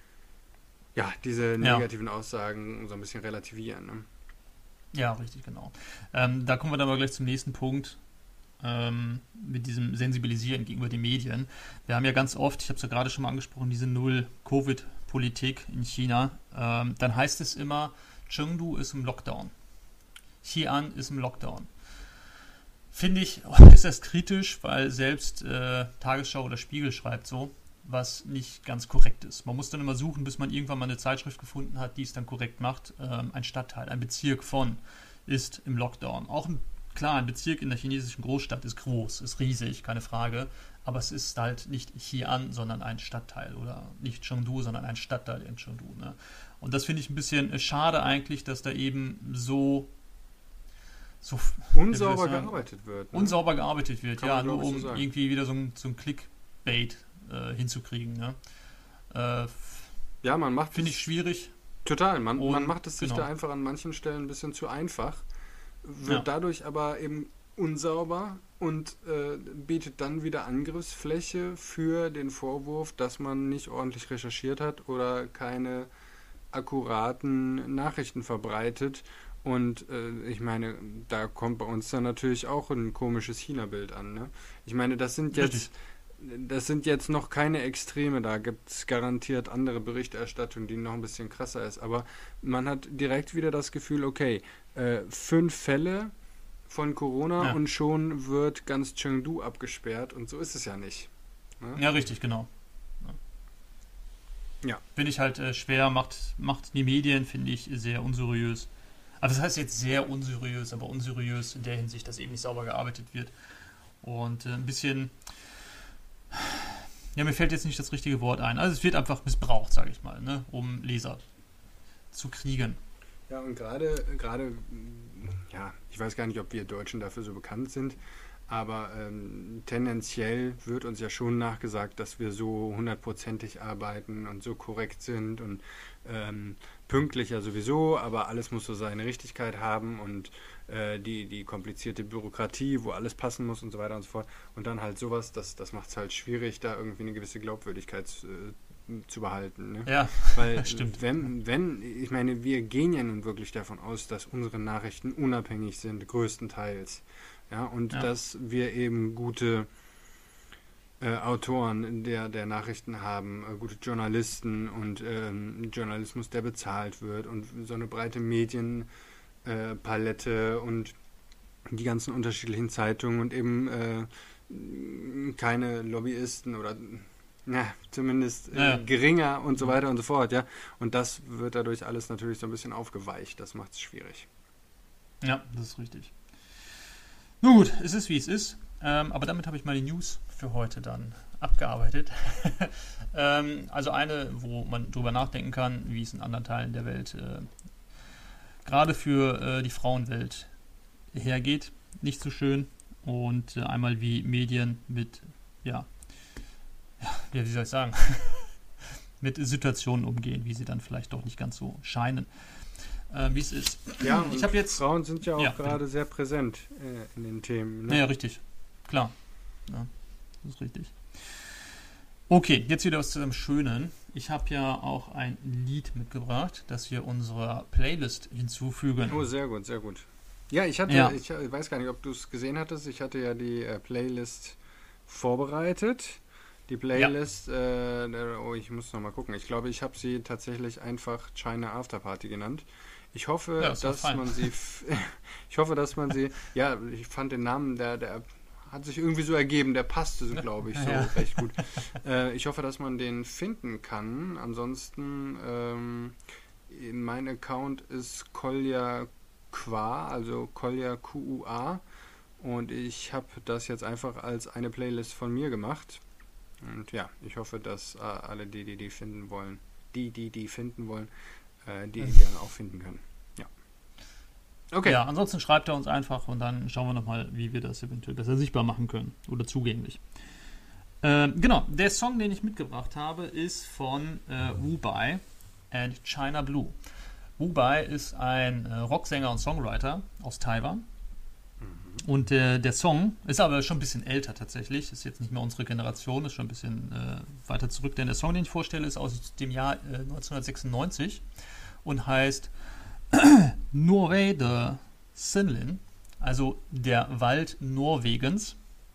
Speaker 2: ja, diese negativen Aussagen so ein bisschen relativieren. Ne?
Speaker 1: Ja, richtig, genau. Ähm, da kommen wir dann aber gleich zum nächsten Punkt, ähm, mit diesem Sensibilisieren gegenüber den Medien. Wir haben ja ganz oft, ich habe es ja gerade schon mal angesprochen, diese Null-Covid-Politik in China. Ähm, dann heißt es immer, Chengdu ist im Lockdown. Xi'an ist im Lockdown. Finde ich, ist das kritisch, weil selbst äh, Tagesschau oder Spiegel schreibt so, was nicht ganz korrekt ist. Man muss dann immer suchen, bis man irgendwann mal eine Zeitschrift gefunden hat, die es dann korrekt macht. Ähm, ein Stadtteil, ein Bezirk von ist im Lockdown. Auch ein, klar, ein Bezirk in der chinesischen Großstadt ist groß, ist riesig, keine Frage. Aber es ist halt nicht Xi'an, sondern ein Stadtteil. Oder nicht Chengdu, sondern ein Stadtteil in Chengdu. Ne? Und das finde ich ein bisschen schade eigentlich, dass da eben so so
Speaker 2: unsauber
Speaker 1: sagen,
Speaker 2: gearbeitet wird. Ne?
Speaker 1: Unsauber gearbeitet wird,
Speaker 2: Kann
Speaker 1: ja,
Speaker 2: man,
Speaker 1: nur
Speaker 2: glaub ich,
Speaker 1: um
Speaker 2: so sagen.
Speaker 1: irgendwie wieder so ein, so ein Clickbait äh, hinzukriegen. Ne? Äh,
Speaker 2: Ja, man macht
Speaker 1: Finde
Speaker 2: es-
Speaker 1: ich schwierig.
Speaker 2: Total, man,
Speaker 1: Und-
Speaker 2: man macht es sich
Speaker 1: genau.
Speaker 2: da einfach an manchen Stellen ein bisschen zu einfach, wird
Speaker 1: Ja.
Speaker 2: dadurch aber eben unsauber und äh, bietet dann wieder Angriffsfläche für den Vorwurf, dass man nicht ordentlich recherchiert hat oder keine akkuraten Nachrichten verbreitet. Und äh, ich meine, da kommt bei uns dann natürlich auch ein komisches China-Bild an. Ne? Ich meine, das sind jetzt
Speaker 1: Richtig.
Speaker 2: das sind jetzt noch keine Extreme, da gibt es garantiert andere Berichterstattung, die noch ein bisschen krasser ist, aber man hat direkt wieder das Gefühl, okay, äh, fünf Fälle von Corona
Speaker 1: Ja.
Speaker 2: und schon wird ganz Chengdu abgesperrt und so ist es ja nicht. Ne?
Speaker 1: Ja, richtig, genau.
Speaker 2: Ja.
Speaker 1: Finde ich halt äh, schwer, macht, macht die Medien, finde ich, sehr unseriös. Also das heißt jetzt sehr unseriös, aber unseriös in der Hinsicht, dass eben nicht sauber gearbeitet wird. Und äh, ein bisschen, ja, mir fällt jetzt nicht das richtige Wort ein. Also es wird einfach missbraucht, sage ich mal, ne, um Leser zu kriegen.
Speaker 2: Ja, und gerade, gerade, ja, ich weiß gar nicht, ob wir Deutschen dafür so bekannt sind, aber ähm, tendenziell wird uns ja schon nachgesagt, dass wir so hundertprozentig arbeiten und so korrekt sind und ähm, pünktlich ja sowieso, aber alles muss so seine Richtigkeit haben und äh, die, die komplizierte Bürokratie, wo alles passen muss und so weiter und so fort. Und dann halt sowas, das, das macht es halt schwierig, da irgendwie eine gewisse Glaubwürdigkeit äh, zu behalten. Ne?
Speaker 1: Ja,
Speaker 2: Weil
Speaker 1: stimmt.
Speaker 2: wenn, wenn, ich meine, wir gehen ja nun wirklich davon aus, dass unsere Nachrichten unabhängig sind, größtenteils. Ja, und
Speaker 1: Ja.
Speaker 2: dass wir eben gute äh, Autoren der, der Nachrichten haben, äh, gute Journalisten und ähm, Journalismus, der bezahlt wird und so eine breite Medienpalette äh, Palette und die ganzen unterschiedlichen Zeitungen und eben äh, keine Lobbyisten oder ja, zumindest äh,
Speaker 1: Ja.
Speaker 2: geringer und so weiter und so fort, ja. Und das wird dadurch alles natürlich so ein bisschen aufgeweicht. Das macht es schwierig.
Speaker 1: Ja, das ist richtig. Nun gut, es ist wie es ist. Ähm, aber damit habe ich meine News für heute dann abgearbeitet. ähm, also eine, wo man drüber nachdenken kann, wie es in anderen Teilen der Welt äh, gerade für äh, die Frauenwelt hergeht. Nicht so schön. Und äh, einmal wie Medien mit, ja, ja, wie soll ich sagen, mit Situationen umgehen, wie sie dann vielleicht doch nicht ganz so scheinen, äh, wie es ist.
Speaker 2: Ja,
Speaker 1: ich
Speaker 2: und
Speaker 1: habe jetzt
Speaker 2: Frauen sind ja auch
Speaker 1: Ja,
Speaker 2: gerade sehr präsent äh, in den Themen. Ne?
Speaker 1: Ja, ja, richtig. Klar. Ja, das ist richtig. Okay, jetzt wieder was zu dem Schönen. Ich habe ja auch ein Lied mitgebracht, das wir unserer Playlist hinzufügen.
Speaker 2: Oh, sehr gut, sehr gut. Ja, ich hatte,
Speaker 1: Ja.
Speaker 2: ich weiß gar nicht, ob du es gesehen hattest, ich hatte ja die äh, Playlist vorbereitet. Die Playlist, äh, der, oh, ich muss noch mal gucken. Ich glaube, ich habe sie tatsächlich einfach China Afterparty genannt. Ich hoffe,
Speaker 1: Ja, ist doch
Speaker 2: dass
Speaker 1: fein.
Speaker 2: man sie, f- ich hoffe, dass man sie, ja, ich fand den Namen, der, der hat sich irgendwie so ergeben, der passte, so, glaube ich, so
Speaker 1: Ja.
Speaker 2: recht gut. Äh, ich hoffe, dass man den finden kann. Ansonsten, ähm, in mein Account ist Kolja Qua, also Kolja Q U A. Und ich habe das jetzt einfach als eine Playlist von mir gemacht. Und ja, ich hoffe, dass äh, alle, die, die die finden wollen, die, die die finden wollen, äh, die die dann auch finden können. Ja. Okay.
Speaker 1: Ja, ansonsten schreibt er uns einfach und dann schauen wir nochmal, wie wir das eventuell besser sichtbar machen können oder zugänglich. Ähm, genau, der Song, den ich mitgebracht habe, ist von äh, Wu Bai and China Blue. Wu Bai ist ein äh, Rocksänger und Songwriter aus Taiwan. Und äh, der Song ist aber schon ein bisschen älter tatsächlich, ist jetzt nicht mehr unsere Generation, ist schon ein bisschen äh, weiter zurück, denn der Song, den ich vorstelle, ist aus dem Jahr äh, neunzehnhundertsechsundneunzig und heißt Norway de Sinlin, also der Wald Norwegens,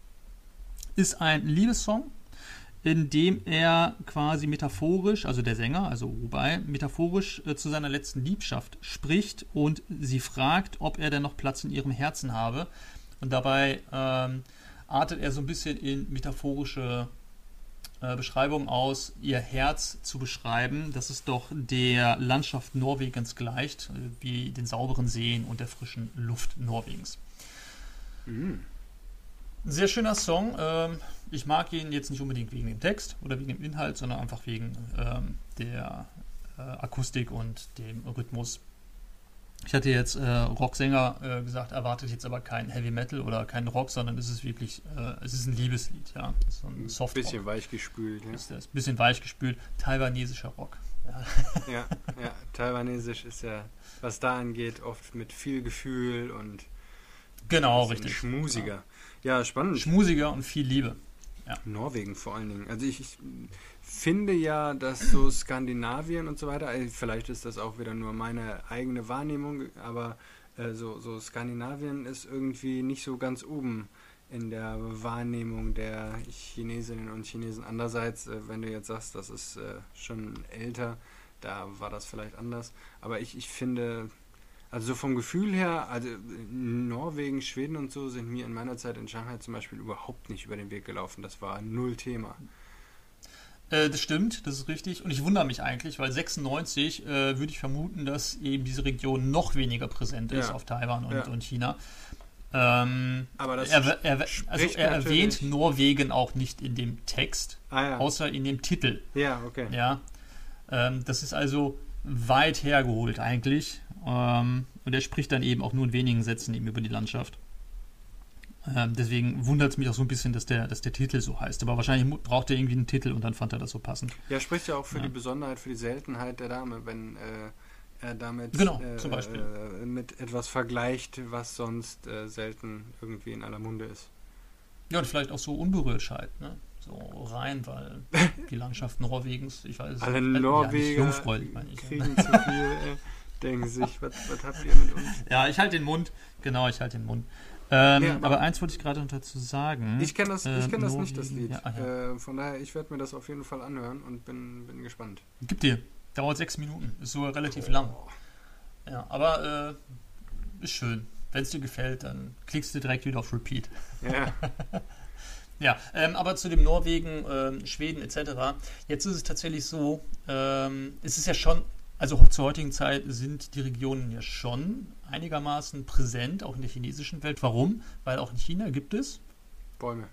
Speaker 1: ist ein Liebessong, in dem er quasi metaphorisch, also der Sänger, also Wu-Bai, metaphorisch äh, zu seiner letzten Liebschaft spricht und sie fragt, ob er denn noch Platz in ihrem Herzen habe. Und dabei ähm, artet er so ein bisschen in metaphorische äh, Beschreibungen aus, ihr Herz zu beschreiben, dass es doch der Landschaft Norwegens gleicht, äh, wie den sauberen Seen und der frischen Luft Norwegens.
Speaker 2: Mhm.
Speaker 1: Ein sehr schöner Song. Ähm, ich mag ihn jetzt nicht unbedingt wegen dem Text oder wegen dem Inhalt, sondern einfach wegen ähm, der äh, Akustik und dem Rhythmus. Ich hatte jetzt äh, Rocksänger äh, gesagt, erwartet jetzt aber kein Heavy Metal oder keinen Rock, sondern es ist wirklich, äh, es ist ein Liebeslied, ja. Es ist so ein
Speaker 2: Ein
Speaker 1: Soft
Speaker 2: bisschen weichgespült. Ja.
Speaker 1: Ist das ein bisschen weichgespült, taiwanesischer Rock. Ja.
Speaker 2: ja, ja, taiwanesisch ist ja, was da angeht, oft mit viel Gefühl und
Speaker 1: Genau,
Speaker 2: ein bisschen
Speaker 1: richtig.
Speaker 2: schmusiger. Ja, spannend.
Speaker 1: Schmusiger und viel Liebe.
Speaker 2: Norwegen vor allen Dingen. Also ich, ich finde ja, dass so Skandinavien und so weiter, äh, vielleicht ist das auch wieder nur meine eigene Wahrnehmung, aber äh, so, so Skandinavien ist irgendwie nicht so ganz oben in der Wahrnehmung der Chinesinnen und Chinesen. Andererseits, äh, wenn du jetzt sagst, das ist äh, schon älter, da war das vielleicht anders. Aber ich, ich finde, also so vom Gefühl her, also Norwegen, Schweden und so sind mir in meiner Zeit in Shanghai zum Beispiel überhaupt nicht über den Weg gelaufen. Das war null Thema.
Speaker 1: Äh, das stimmt, das ist richtig. Und ich wundere mich eigentlich, weil sechsundneunzig äh, würde ich vermuten, dass eben diese Region noch weniger präsent ist
Speaker 2: Ja.
Speaker 1: auf Taiwan und,
Speaker 2: Ja.
Speaker 1: und China. Ähm,
Speaker 2: Aber das
Speaker 1: er, er, also
Speaker 2: spricht
Speaker 1: er erwähnt
Speaker 2: natürlich-
Speaker 1: Norwegen auch nicht in dem Text,
Speaker 2: Ah ja,
Speaker 1: außer in dem Titel.
Speaker 2: ja, okay.
Speaker 1: Ja, ähm, das ist also weit hergeholt eigentlich. Ähm, und er spricht dann eben auch nur in wenigen Sätzen eben über die Landschaft. Ähm, deswegen wundert es mich auch so ein bisschen, dass der, dass der Titel so heißt. Aber wahrscheinlich mu- braucht er irgendwie einen Titel und dann fand er das so passend.
Speaker 2: Ja, spricht ja auch für
Speaker 1: Ja.
Speaker 2: die Besonderheit, für die Seltenheit der Dame, wenn äh, er damit
Speaker 1: Genau,
Speaker 2: äh,
Speaker 1: zum Beispiel.
Speaker 2: äh, mit etwas vergleicht, was sonst äh, selten irgendwie in aller Munde ist.
Speaker 1: Ja, und vielleicht auch so Unberührtheit, ne? So rein, weil die Landschaft Norwegens, ich weiß
Speaker 2: Alle
Speaker 1: äh, ja, nicht
Speaker 2: Norweger
Speaker 1: jungfräulich, meine ich.
Speaker 2: kriegen zu viel, äh, denken sich, was, was habt ihr mit uns?
Speaker 1: Ja, ich halte den Mund. Genau, ich halte den Mund. Ähm,
Speaker 2: Ja, aber-
Speaker 1: aber eins wollte ich gerade noch dazu sagen.
Speaker 2: Ich kenne das, ich
Speaker 1: Ähm,
Speaker 2: kenn das nicht, das
Speaker 1: Norwegen,
Speaker 2: Lied.
Speaker 1: ja, ah, ja.
Speaker 2: Äh, von daher, ich werde mir das auf jeden Fall anhören und bin, bin gespannt.
Speaker 1: Gib dir. Dauert sechs Minuten. Ist sogar relativ lang.
Speaker 2: Oh.
Speaker 1: Ja, aber äh, ist schön. Wenn es dir gefällt, dann klickst du direkt wieder auf Repeat.
Speaker 2: Ja,
Speaker 1: Ja, ähm, aber zu dem Norwegen, ähm, Schweden et cetera. Jetzt ist es tatsächlich so, ähm, es ist ja schon, also zur heutigen Zeit sind die Regionen ja schon einigermaßen präsent, auch in der chinesischen Welt. Warum? Weil auch in China gibt es,
Speaker 2: Bäume.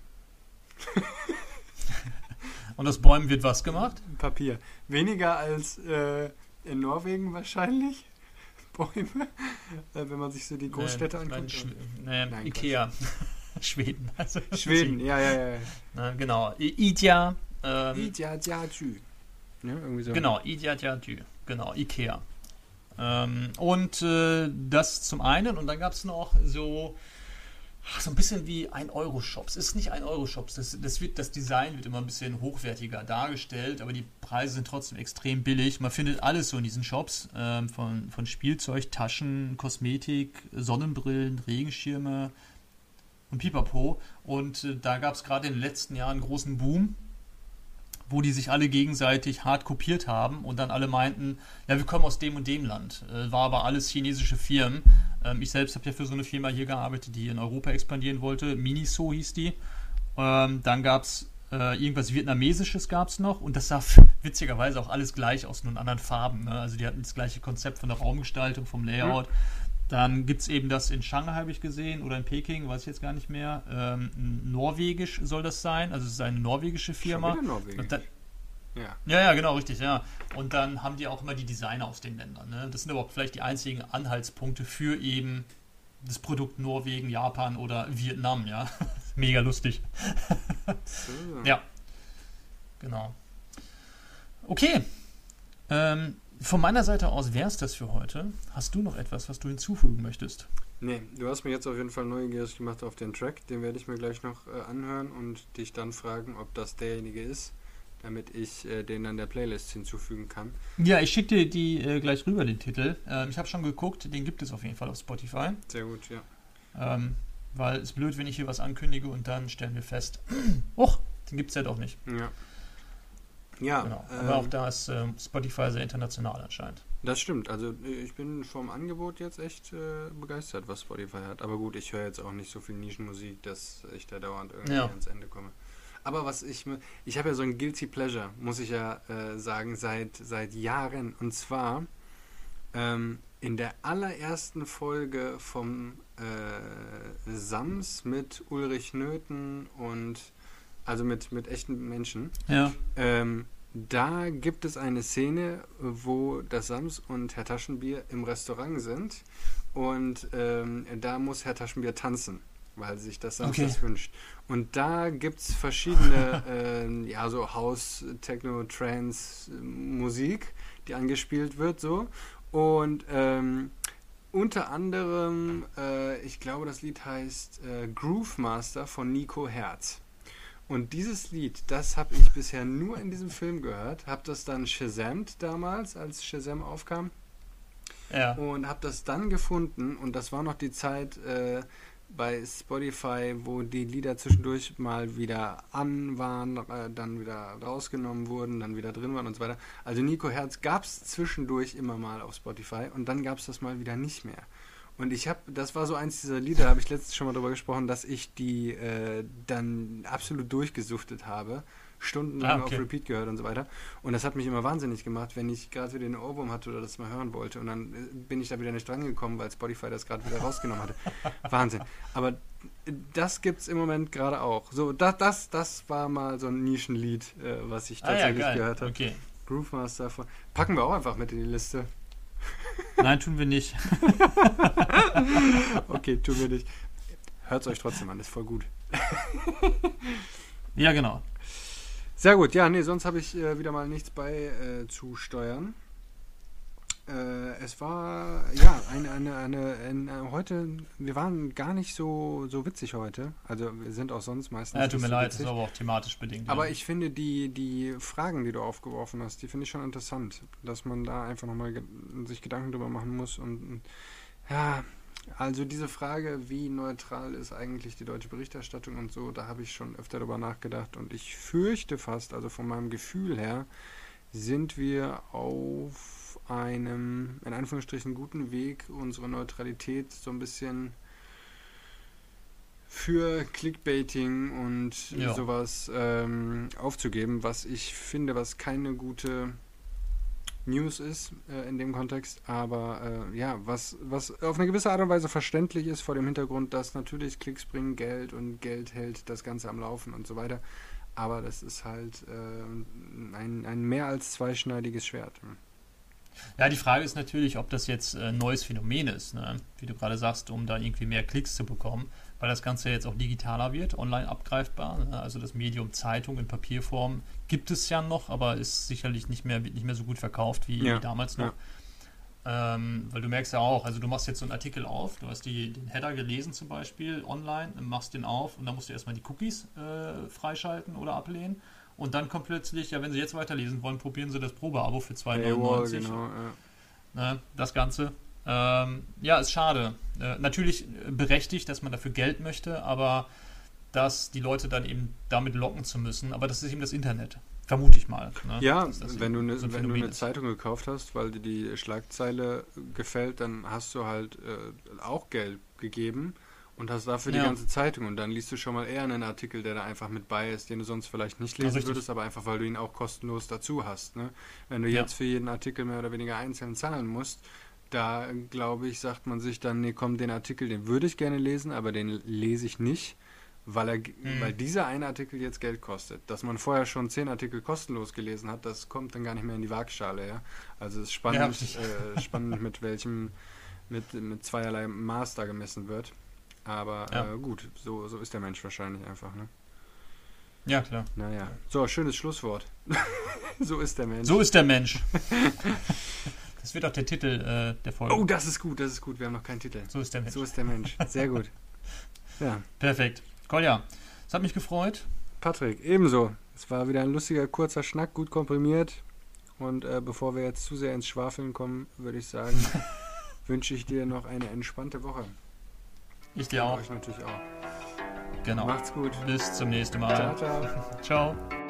Speaker 1: und aus Bäumen wird was gemacht?
Speaker 2: Papier. Weniger als äh, in Norwegen wahrscheinlich. Bäume. Äh, wenn man sich so die Großstädte
Speaker 1: Nein, nein,
Speaker 2: anguckt.
Speaker 1: Schw- nee,
Speaker 2: Nein,
Speaker 1: Ikea. Schweden. Also,
Speaker 2: Schweden, ja, ja, ja.
Speaker 1: Na, genau. I- Idja. Ähm,
Speaker 2: Idjadjadjü. Ja, irgendwie so.
Speaker 1: Genau, Idjadjadjü. Genau, Ikea. Ähm, und äh, das zum einen. Und dann gab es noch so, ach, so ein bisschen wie ein Euro-Shops. Ist nicht ein Euro-Shops. Das, das, wird, das Design wird immer ein bisschen hochwertiger dargestellt, aber die Preise sind trotzdem extrem billig. Man findet alles so in diesen Shops. Ähm, von, von Spielzeug, Taschen, Kosmetik, Sonnenbrillen, Regenschirme und Pipapo. Und äh, da gab es gerade in den letzten Jahren einen großen Boom, wo die sich alle gegenseitig hart kopiert haben und dann alle meinten, ja, wir kommen aus dem und dem Land. Äh, war aber alles chinesische Firmen. Ähm, ich selbst habe ja für so eine Firma hier gearbeitet, die in Europa expandieren wollte. Miniso hieß die. Ähm, dann gab es äh, irgendwas Vietnamesisches gab es noch und das sah f- witzigerweise auch alles gleich aus, nur in anderen Farben. Ne? Also die hatten das gleiche Konzept von der Raumgestaltung, vom Layout. Mhm. Dann gibt es eben das in Shanghai, habe ich gesehen, oder in Peking, weiß ich jetzt gar nicht mehr. Ähm, Norwegisch soll das sein, also es ist eine norwegische Firma.
Speaker 2: Schon wieder Norwegen.
Speaker 1: Und dann,
Speaker 2: Ja.
Speaker 1: ja, ja, genau, richtig, ja. Und dann haben die auch immer die Designer aus den Ländern. Ne? Das sind aber auch vielleicht die einzigen Anhaltspunkte für eben das Produkt Norwegen, Japan oder Vietnam, ja. Mega lustig.
Speaker 2: So.
Speaker 1: Ja, genau. Okay. Ähm, von meiner Seite aus wäre es das für heute. Hast du noch etwas, was du hinzufügen möchtest?
Speaker 2: Nee, du hast mich jetzt auf jeden Fall neugierig gemacht auf den Track. Den werde ich mir gleich noch äh, anhören und dich dann fragen, ob das derjenige ist, damit ich äh, den an der Playlist hinzufügen kann.
Speaker 1: Ja, ich schicke dir die äh, gleich rüber, den Titel. Ähm, ich habe schon geguckt, den gibt es auf jeden Fall auf Spotify.
Speaker 2: Sehr gut, ja.
Speaker 1: Ähm, weil es ist blöd, wenn ich hier was ankündige und dann stellen wir fest, och, den gibt es ja doch nicht.
Speaker 2: Ja, ja
Speaker 1: Genau.
Speaker 2: ähm,
Speaker 1: Aber auch da ist ähm, Spotify sehr international anscheinend.
Speaker 2: das stimmt. Also äh, ich bin vom Angebot jetzt echt äh, begeistert, was Spotify hat. Aber gut, ich höre jetzt auch nicht so viel Nischenmusik, dass ich da dauernd irgendwie
Speaker 1: Ja.
Speaker 2: ans Ende komme. Aber was ich mir, ich habe ja so ein Guilty Pleasure, muss ich ja äh, sagen, seit, seit Jahren. Und zwar ähm, in der allerersten Folge vom äh, Sams mit Ulrich Nöthen und also mit, mit echten Menschen.
Speaker 1: Ja.
Speaker 2: Ähm, da gibt es eine Szene, wo das Sams und Herr Taschenbier im Restaurant sind und ähm, da muss Herr Taschenbier tanzen, weil sich das Sams
Speaker 1: Okay.
Speaker 2: das wünscht. Und da gibt es verschiedene, äh, ja, so House, Techno, Trance, äh, Musik, die angespielt wird, so. Und ähm, unter anderem, äh, ich glaube, das Lied heißt äh, Groove Master von Nico Herz. Und dieses Lied, das habe ich bisher nur in diesem Film gehört, habe das dann shazamt damals, als Shazam aufkam,
Speaker 1: Ja.
Speaker 2: und habe das dann gefunden, und das war noch die Zeit äh, bei Spotify, wo die Lieder zwischendurch mal wieder an waren, äh, dann wieder rausgenommen wurden, dann wieder drin waren und so weiter. Also Nico Herz gab es zwischendurch immer mal auf Spotify und dann gab es das mal wieder nicht mehr. Und ich habe, das war so eins dieser Lieder, da habe ich letztens schon mal drüber gesprochen, dass ich die äh, dann absolut durchgesuchtet habe, stundenlang
Speaker 1: Ah, okay.
Speaker 2: auf Repeat gehört und so weiter. Und das hat mich immer wahnsinnig gemacht, wenn ich gerade wieder den Ohrwurm hatte oder das mal hören wollte. Und dann äh, bin ich da wieder nicht dran gekommen, weil Spotify das gerade wieder rausgenommen hatte. Wahnsinn. Aber äh, das gibt's im Moment gerade auch. So, das, das, das war mal so ein Nischenlied, äh, was ich
Speaker 1: Ah ja,
Speaker 2: tatsächlich
Speaker 1: geil.
Speaker 2: gehört habe.
Speaker 1: Okay.
Speaker 2: Groove Master von. Packen wir auch einfach mit in die Liste.
Speaker 1: Nein, tun wir nicht.
Speaker 2: Okay, tun wir nicht. Hört es euch trotzdem an, ist voll gut.
Speaker 1: Ja, genau.
Speaker 2: Sehr gut, ja, nee, sonst habe ich äh, wieder mal nichts bei äh, zu steuern. Äh, es war, ja, eine, eine, eine, eine, heute, wir waren gar nicht so, so witzig heute. Also wir sind auch sonst meistens
Speaker 1: Ja, tut mir
Speaker 2: nicht so
Speaker 1: leid, das
Speaker 2: witzig.
Speaker 1: ist aber auch thematisch bedingt.
Speaker 2: Aber
Speaker 1: ja.
Speaker 2: ich finde die, die Fragen, die du aufgeworfen hast, die finde ich schon interessant. Dass man da einfach nochmal ge- sich Gedanken drüber machen muss. Und ja, also diese Frage, wie neutral ist eigentlich die deutsche Berichterstattung und so, da habe ich schon öfter drüber nachgedacht. Und ich fürchte fast, also von meinem Gefühl her, sind wir auf einem, in Anführungsstrichen, guten Weg, unsere Neutralität so ein bisschen für Clickbaiting und
Speaker 1: Ja.
Speaker 2: sowas ähm, aufzugeben, was ich finde, was keine gute News ist äh, in dem Kontext, aber äh, ja, was, was auf eine gewisse Art und Weise verständlich ist vor dem Hintergrund, dass natürlich Klicks bringen Geld und Geld hält das Ganze am Laufen und so weiter, aber das ist halt äh, ein, ein mehr als zweischneidiges Schwert.
Speaker 1: Ja, die Frage ist natürlich, ob das jetzt ein neues Phänomen ist, ne? Wie du gerade sagst, um da irgendwie mehr Klicks zu bekommen, weil das Ganze jetzt auch digitaler wird, online abgreifbar. Ne? Also das Medium Zeitung in Papierform gibt es ja noch, aber ist sicherlich nicht mehr, wird nicht mehr so gut verkauft wie,
Speaker 2: Ja,
Speaker 1: wie damals noch. Ja. Ähm, weil du merkst ja auch, also du machst jetzt so einen Artikel auf, du hast die, den Header gelesen zum Beispiel online, machst den auf und dann musst du erstmal die Cookies äh, freischalten oder ablehnen. Und dann kommt plötzlich, ja, wenn Sie jetzt weiterlesen wollen, probieren Sie das Probeabo für zwei neunundneunzig.
Speaker 2: Genau, ja.
Speaker 1: Ne, das Ganze. Ähm, ja, ist schade. Äh, natürlich berechtigt, dass man dafür Geld möchte, aber dass die Leute dann eben damit locken zu müssen. Aber das ist eben das Internet. Vermute ich mal. Ne?
Speaker 2: Ja,
Speaker 1: dass das
Speaker 2: wenn du,
Speaker 1: eben
Speaker 2: ne,
Speaker 1: so ein
Speaker 2: wenn du
Speaker 1: Phänomen
Speaker 2: eine
Speaker 1: ist.
Speaker 2: Zeitung gekauft hast, weil dir die Schlagzeile gefällt, dann hast du halt äh, auch Geld gegeben und hast dafür
Speaker 1: Ja.
Speaker 2: die ganze Zeitung und dann liest du schon mal eher einen Artikel, der da einfach mit bei ist, den du sonst vielleicht nicht
Speaker 1: Ja,
Speaker 2: lesen
Speaker 1: richtig.
Speaker 2: würdest, aber einfach, weil du ihn auch kostenlos dazu hast. Ne? Wenn du
Speaker 1: Ja.
Speaker 2: jetzt für jeden Artikel mehr oder weniger einzeln zahlen musst, da glaube ich, sagt man sich dann, nee, komm, den Artikel, den würde ich gerne lesen, aber den lese ich nicht, weil er,
Speaker 1: Mhm.
Speaker 2: weil dieser eine Artikel jetzt Geld kostet. Dass man vorher schon zehn Artikel kostenlos gelesen hat, das kommt dann gar nicht mehr in die Waagschale, ja. Also es ist spannend,
Speaker 1: Ja, richtig.
Speaker 2: äh, spannend mit welchem, mit, mit zweierlei Maß da gemessen wird. Aber
Speaker 1: Ja.
Speaker 2: äh, gut, so, so ist der Mensch wahrscheinlich einfach, ne?
Speaker 1: Ja, klar.
Speaker 2: Naja. So, schönes Schlusswort. So ist der Mensch.
Speaker 1: So ist der Mensch. Das wird auch der Titel äh, der Folge.
Speaker 2: Oh, das ist gut, das ist gut. Wir haben noch keinen Titel.
Speaker 1: So ist der Mensch.
Speaker 2: So ist der Mensch. Sehr gut. Ja.
Speaker 1: Perfekt. Kolja, es hat mich gefreut.
Speaker 2: Patrick, ebenso. Es war wieder ein lustiger, kurzer Schnack, gut komprimiert. Und äh, bevor wir jetzt zu sehr ins Schwafeln kommen, würde ich sagen, wünsche ich dir noch eine entspannte Woche.
Speaker 1: Ich dir
Speaker 2: Und
Speaker 1: auch.
Speaker 2: euch natürlich auch.
Speaker 1: Genau.
Speaker 2: Macht's gut.
Speaker 1: Bis zum nächsten
Speaker 2: Ciao,
Speaker 1: Mal.
Speaker 2: ciao.
Speaker 1: Ciao.